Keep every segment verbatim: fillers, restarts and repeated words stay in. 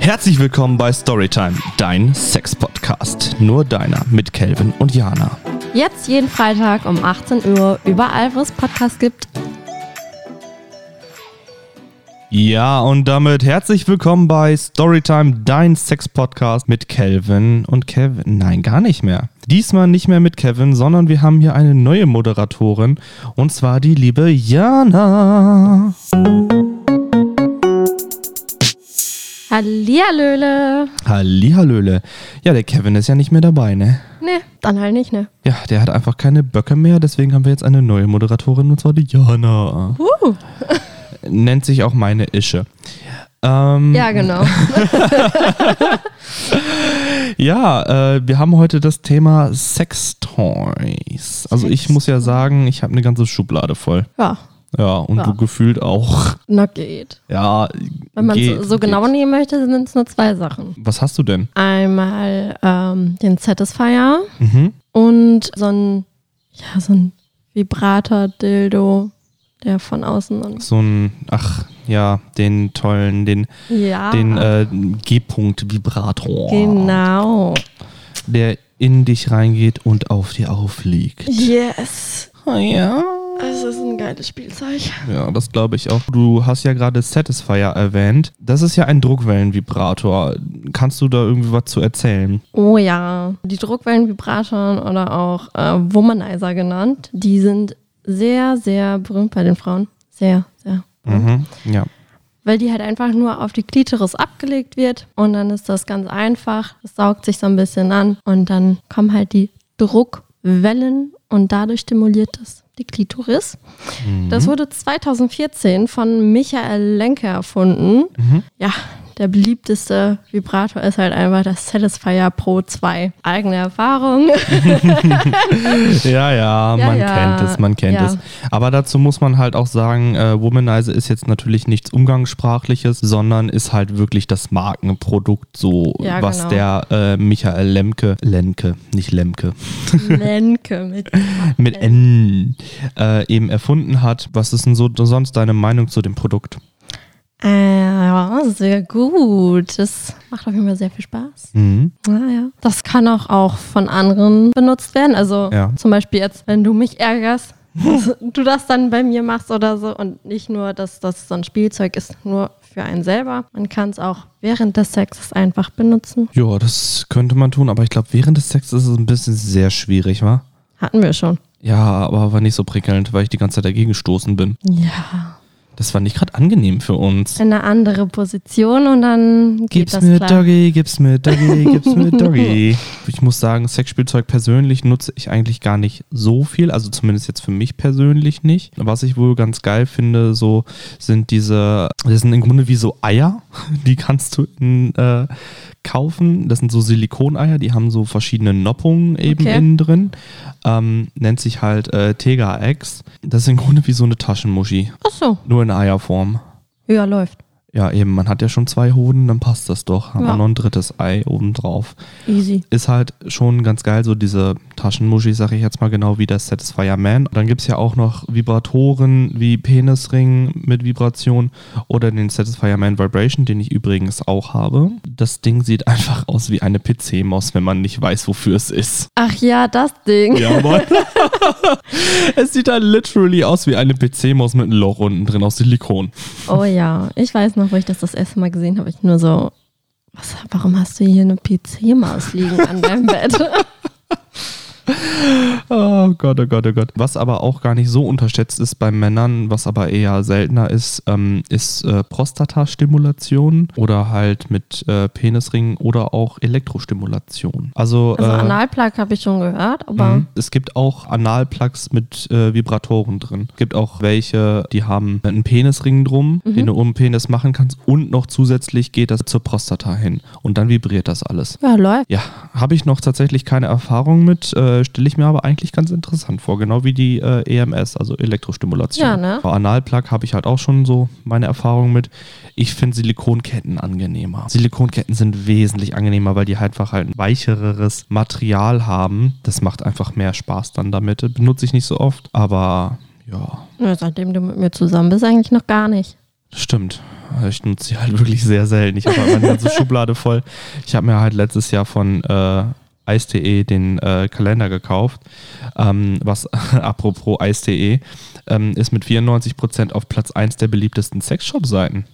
Herzlich willkommen bei Storytime, dein Sex-Podcast. Nur deiner mit Kelvin und Jana. Jetzt jeden Freitag um achtzehn Uhr, überall, wo es Podcasts gibt. Ja, und damit herzlich willkommen bei Storytime, dein Sex-Podcast mit Kelvin und Kevin. Nein, gar nicht mehr. Diesmal nicht mehr mit Kevin, sondern wir haben hier eine neue Moderatorin, und zwar die liebe Jana. Hallihallöle. Hallihallöle. Ja, der Kevin ist ja nicht mehr dabei, ne? Ne, dann halt nicht, ne? Ja, der hat einfach keine Böcke mehr, deswegen haben wir jetzt eine neue Moderatorin, und zwar die Jana. Uh. Nennt sich auch meine Ische. Ähm, ja, genau. ja, äh, wir haben heute das Thema Sextoys. Also ich muss ja sagen, ich habe eine ganze Schublade voll. Ja. Ja, und ja. du gefühlt auch. Na, geht. Ja, Wenn man geht, so, so genau geht. nehmen möchte, sind es nur zwei Sachen. Was hast du denn? Einmal ähm, den Satisfier Mhm. und so ein, ja, so ein Vibrator-Dildo, der von außen und So ein, ach ja, den tollen, den, ja, den äh, G-Punkt-Vibrator. genau. Der in dich reingeht und auf dir aufliegt. Yes. Oh ja. Es ist ein geiles Spielzeug. Ja, das glaube ich auch. Du hast ja gerade Satisfier erwähnt. Das ist ja ein Druckwellenvibrator. Kannst du da irgendwie was zu erzählen? Oh ja, die Druckwellenvibratoren oder auch äh, Womanizer genannt, die sind sehr, sehr berühmt bei den Frauen. Sehr, sehr berühmt. Mhm, ja. Weil die halt einfach nur auf die Klitoris abgelegt wird und dann ist das ganz einfach. Es saugt sich so ein bisschen an und dann kommen halt die Druckwellen und dadurch stimuliert es die Klitoris. Mhm. Das wurde zweitausendvierzehn von Michael Lenke erfunden. Mhm. Ja, der beliebteste Vibrator ist halt einfach das Satisfier Pro zwei. Eigene Erfahrung. ja, ja, Ja, man ja. kennt es, man kennt Ja. es. Aber dazu muss man halt auch sagen, äh, Womanizer ist jetzt natürlich nichts Umgangssprachliches, sondern ist halt wirklich das Markenprodukt, so Ja, was genau. der äh, Michael Lemke, Lenke, nicht Lemke, Lenke mit mit N äh, eben erfunden hat. Was ist denn so sonst deine Meinung zu dem Produkt? Äh, ja, sehr gut. Das macht auf jeden Fall sehr viel Spaß. Mhm. Naja. Das kann auch, auch von anderen benutzt werden. Also Ja. zum Beispiel jetzt, wenn du mich ärgerst, dass du das dann bei mir machst oder so. Und nicht nur, dass das so ein Spielzeug ist, nur für einen selber. Man kann es auch während des Sexes einfach benutzen. Ja, das könnte man tun, aber ich glaube, während des Sexes ist es ein bisschen sehr schwierig, wa? Hatten wir schon. Ja, aber war nicht so prickelnd, weil ich die ganze Zeit dagegen gestoßen bin. Ja. Das war nicht gerade angenehm für uns. In eine andere Position und dann geht Gib's das mir klar. Doggy, gib's mir Doggy, gib's mir Doggy. Ich muss sagen, Sexspielzeug persönlich nutze ich eigentlich gar nicht so viel, also zumindest jetzt für mich persönlich nicht. Was ich wohl ganz geil finde, so sind diese, das sind im Grunde wie so Eier, die kannst du in, äh, kaufen. Das sind so Silikoneier, die haben so verschiedene Noppungen eben Okay. innen drin. Ähm, nennt sich halt äh, Tega-X. Das ist im Grunde wie so eine Taschenmuschi, Ach so. nur in Eierform. Ja, läuft. Ja, eben, man hat ja schon zwei Hoden, dann passt das doch. Haben Ja. wir noch ein drittes Ei obendrauf. Easy. Ist halt schon ganz geil, so diese Taschenmuschi, sag ich jetzt mal, genau wie das Satisfier Man. Dann gibt es ja auch noch Vibratoren wie Penisring mit Vibration oder den Satisfier Man Vibration, den ich übrigens auch habe. Das Ding sieht einfach aus wie eine P C-Maus, wenn man nicht weiß, wofür es ist. Ach ja, das Ding. Ja, Mann. Es sieht halt literally aus wie eine P C-Maus mit einem Loch unten drin aus Silikon. Oh ja, ich weiß noch, wo ich das das erste Mal gesehen habe, ich nur so, was, warum hast du hier eine P C-Maus liegen an deinem Bett? Oh Gott, oh Gott, oh Gott. Was aber auch gar nicht so unterschätzt ist bei Männern, was aber eher seltener ist, ähm, ist äh, Prostatastimulation oder halt mit äh, Penisringen oder auch Elektrostimulation. Also, Also äh, Analplug habe ich schon gehört, aber mh, es gibt auch Analplugs mit äh, Vibratoren drin. Es gibt auch welche, die haben einen Penisring drum, Mhm. den du um den Penis machen kannst und noch zusätzlich geht das zur Prostata hin und dann vibriert das alles. ja, läuft. Ja, habe ich noch tatsächlich keine Erfahrung mit, äh, stelle ich mir aber eigentlich ganz interessant vor, genau wie die äh, E M S, also Elektrostimulation. Ja, ne? Bei Analplug habe ich halt auch schon so meine Erfahrung mit. Ich finde Silikonketten angenehmer. Silikonketten sind wesentlich angenehmer, weil die halt einfach halt ein weicheres Material haben. Das macht einfach mehr Spaß dann damit. Benutze ich nicht so oft, aber ja. Ja, seitdem du mit mir zusammen bist, eigentlich noch gar nicht. Stimmt. Ich nutze sie halt wirklich sehr selten. Ich habe halt meine ganze Schublade voll. Ich habe mir halt letztes Jahr von äh, Eis punkt de den äh, Kalender gekauft, ähm, was, apropos Eis punkt de, ähm, ist mit vierundneunzig Prozent auf Platz eins der beliebtesten Sexshop-Seiten.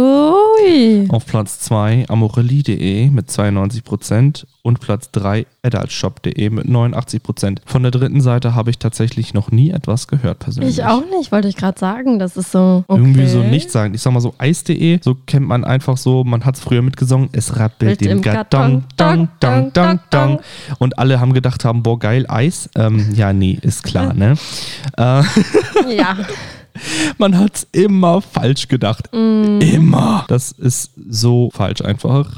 Ui. Auf Platz zwei amorelli punkt de mit zweiundneunzig Prozent und Platz drei adultshop punkt de mit neunundachtzig Prozent. Von der dritten Seite habe ich tatsächlich noch nie etwas gehört persönlich. Ich auch nicht, wollte ich gerade sagen. Das ist so okay. Irgendwie so nicht sagen. Ich sag mal so, Eis punkt de, so kennt man einfach so, man hat es früher mitgesungen, es rappelt im Karton, dong, dong, dong, dong. Und alle haben gedacht haben, boah, geil, Eis. Ähm, ja, nee, ist klar, ne? Äh, ja. Man hat es immer falsch gedacht. Mm. Immer. Das ist so falsch einfach.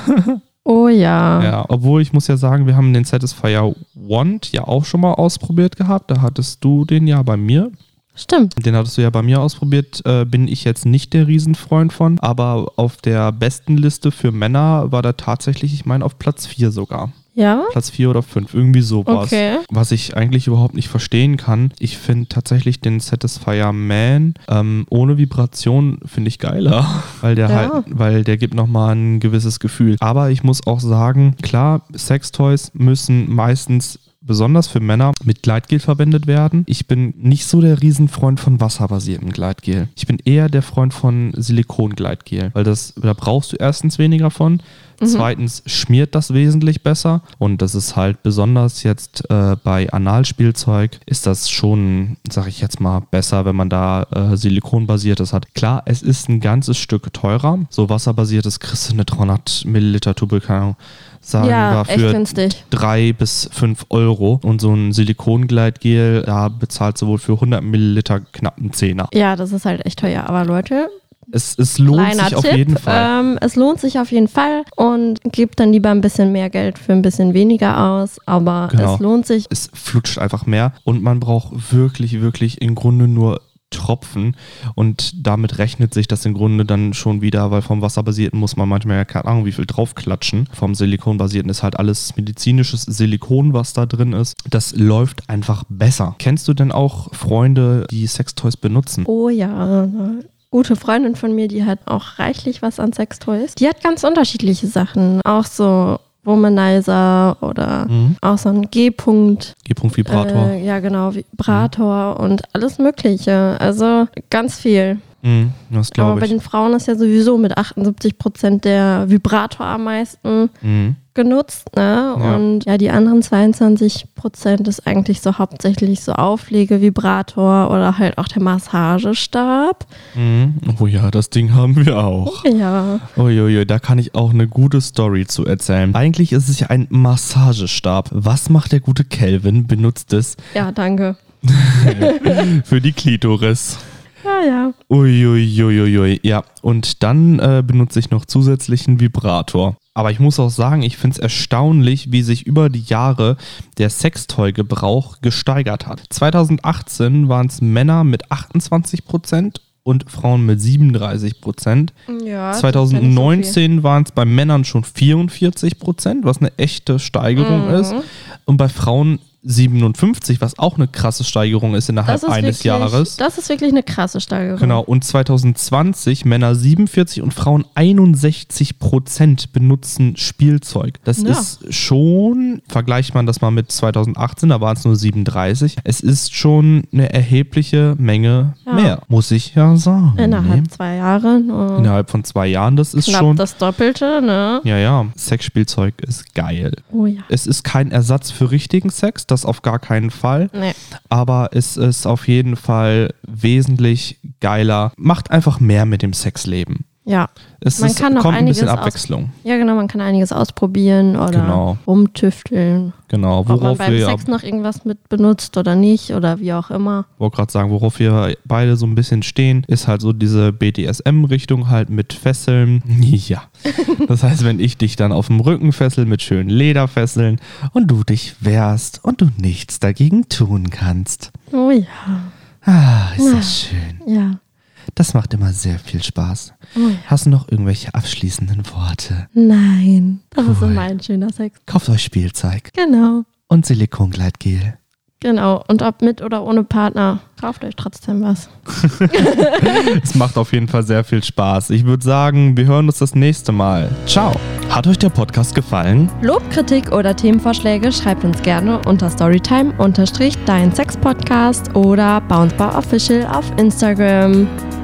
Oh ja. Ja, obwohl ich muss ja sagen, wir haben den Satisfyer Wand ja auch schon mal ausprobiert gehabt. Da hattest du den ja bei mir. Stimmt. Den hattest du ja bei mir ausprobiert, äh, bin ich jetzt nicht der Riesenfreund von, aber auf der besten Liste für Männer war der tatsächlich, ich meine, auf Platz vier sogar. Ja? Platz vier oder fünf, irgendwie sowas. Okay. Was ich eigentlich überhaupt nicht verstehen kann. Ich finde tatsächlich den Satisfyer Man ähm, ohne Vibration finde ich geiler, weil der Ja. halt, weil der gibt nochmal ein gewisses Gefühl. Aber ich muss auch sagen, klar, Sextoys müssen meistens besonders für Männer mit Gleitgel verwendet werden. Ich bin nicht so der Riesenfreund von wasserbasiertem Gleitgel. Ich bin eher der Freund von Silikongleitgel, weil das, da brauchst du erstens weniger von. Mhm. Zweitens schmiert das wesentlich besser und das ist halt besonders jetzt äh, bei Analspielzeug ist das schon, sag ich jetzt mal, besser, wenn man da äh, Silikonbasiertes hat. Klar, es ist ein ganzes Stück teurer. So wasserbasiertes kriegst du eine dreihundert Milliliter Tube, keine Ahnung, sagen Ja, wir echt für günstig. drei bis fünf Euro und so ein Silikongleitgel, da bezahlt sowohl für hundert Milliliter knapp einen Zehner. Ja, das ist halt echt teuer. Aber Leute, Es, es lohnt kleiner sich auf Tipp, jeden Fall. Ähm, es lohnt sich auf jeden Fall und gebt dann lieber ein bisschen mehr Geld für ein bisschen weniger aus, aber Genau. es lohnt sich. Es flutscht einfach mehr und man braucht wirklich, wirklich im Grunde nur Tropfen und damit rechnet sich das im Grunde dann schon wieder, weil vom Wasserbasierten muss man manchmal ja keine Ahnung wie viel draufklatschen. Vom Silikonbasierten ist halt alles medizinisches Silikon, was da drin ist. Das läuft einfach besser. Kennst du denn auch Freunde, die Sextoys benutzen? Oh ja, eine gute Freundin von mir, die hat auch reichlich was an Sextoys. Die hat ganz unterschiedliche Sachen, auch so Womanizer oder Mhm. auch so ein G-Punkt. G-Punkt Vibrator. Äh, ja, genau, Vibrator und alles Mögliche. Also ganz viel. Mhm, das Aber glaube bei ich. den Frauen ist ja sowieso mit achtundsiebzig Prozent der Vibrator am meisten Mhm. genutzt, ne? Ja. Und ja, die anderen zweiundzwanzig Prozent ist eigentlich so hauptsächlich so Auflegevibrator oder halt auch der Massagestab. Mhm. Oh ja, das Ding haben wir auch. Ja. Uiuiui, da kann ich auch eine gute Story zu erzählen. Eigentlich ist es ja ein Massagestab. Was macht der gute Kelvin? Benutzt es Ja, danke. für die Klitoris. Ja, ja. Uiuiuiui, ja. Und dann äh, benutze ich noch zusätzlichen Vibrator. Aber ich muss auch sagen, ich finde es erstaunlich, wie sich über die Jahre der Sextoy-Gebrauch gesteigert hat. zweitausendachtzehn waren es Männer mit achtundzwanzig Prozent und Frauen mit siebenunddreißig Prozent. Ja, zweitausendneunzehn waren es bei Männern schon vierundvierzig Prozent, was eine echte Steigerung Mhm. ist. Und bei Frauen siebenundfünfzig, was auch eine krasse Steigerung ist innerhalb das ist eines wirklich, Jahres. Das ist wirklich eine krasse Steigerung. Genau, und zweitausendzwanzig Männer siebenundvierzig und Frauen einundsechzig Prozent benutzen Spielzeug. Das Ja. ist schon, vergleicht man das mal mit zweitausendachtzehn, da waren es nur siebenunddreißig. Es ist schon eine erhebliche Menge Ja. mehr, muss ich ja sagen. Innerhalb ne? zwei Jahren. Oh. Innerhalb von zwei Jahren, das ist Knapp schon... das Doppelte, ne? Ja, ja, Sexspielzeug ist geil. Oh ja. Es ist kein Ersatz für richtigen Sex, das auf gar keinen Fall. Nee. Aber es ist auf jeden Fall wesentlich geiler. Macht einfach mehr mit dem Sexleben. Ja. Es Man ist, kann noch kommt ein bisschen einiges aus- Abwechslung. Ja, genau, man kann einiges ausprobieren oder Genau. rumtüfteln. Genau, Ob man worauf beim wir ja, Sex noch irgendwas mit benutzt oder nicht oder wie auch immer. wollte gerade sagen, worauf wir beide so ein bisschen stehen, ist halt so diese B D S M-Richtung halt mit Fesseln. Ja. Das heißt, wenn ich dich dann auf dem Rücken fessel mit schönen Lederfesseln und du dich wehrst und du nichts dagegen tun kannst. Oh ja. Ah, ist Ja. das schön. Ja. Das macht immer sehr viel Spaß. Oh ja. Hast du noch irgendwelche abschließenden Worte? Nein. Das ist Cool. immer ein schöner Sex. Kauft euch Spielzeug Genau. und Silikongleitgel. Genau, und ob mit oder ohne Partner, kauft euch trotzdem was. Es macht auf jeden Fall sehr viel Spaß. Ich würde sagen, wir hören uns das nächste Mal. Ciao. Hat euch der Podcast gefallen? Lob, Kritik oder Themenvorschläge schreibt uns gerne unter storytime-dein Sex-Podcast oder bouncebar official auf Instagram.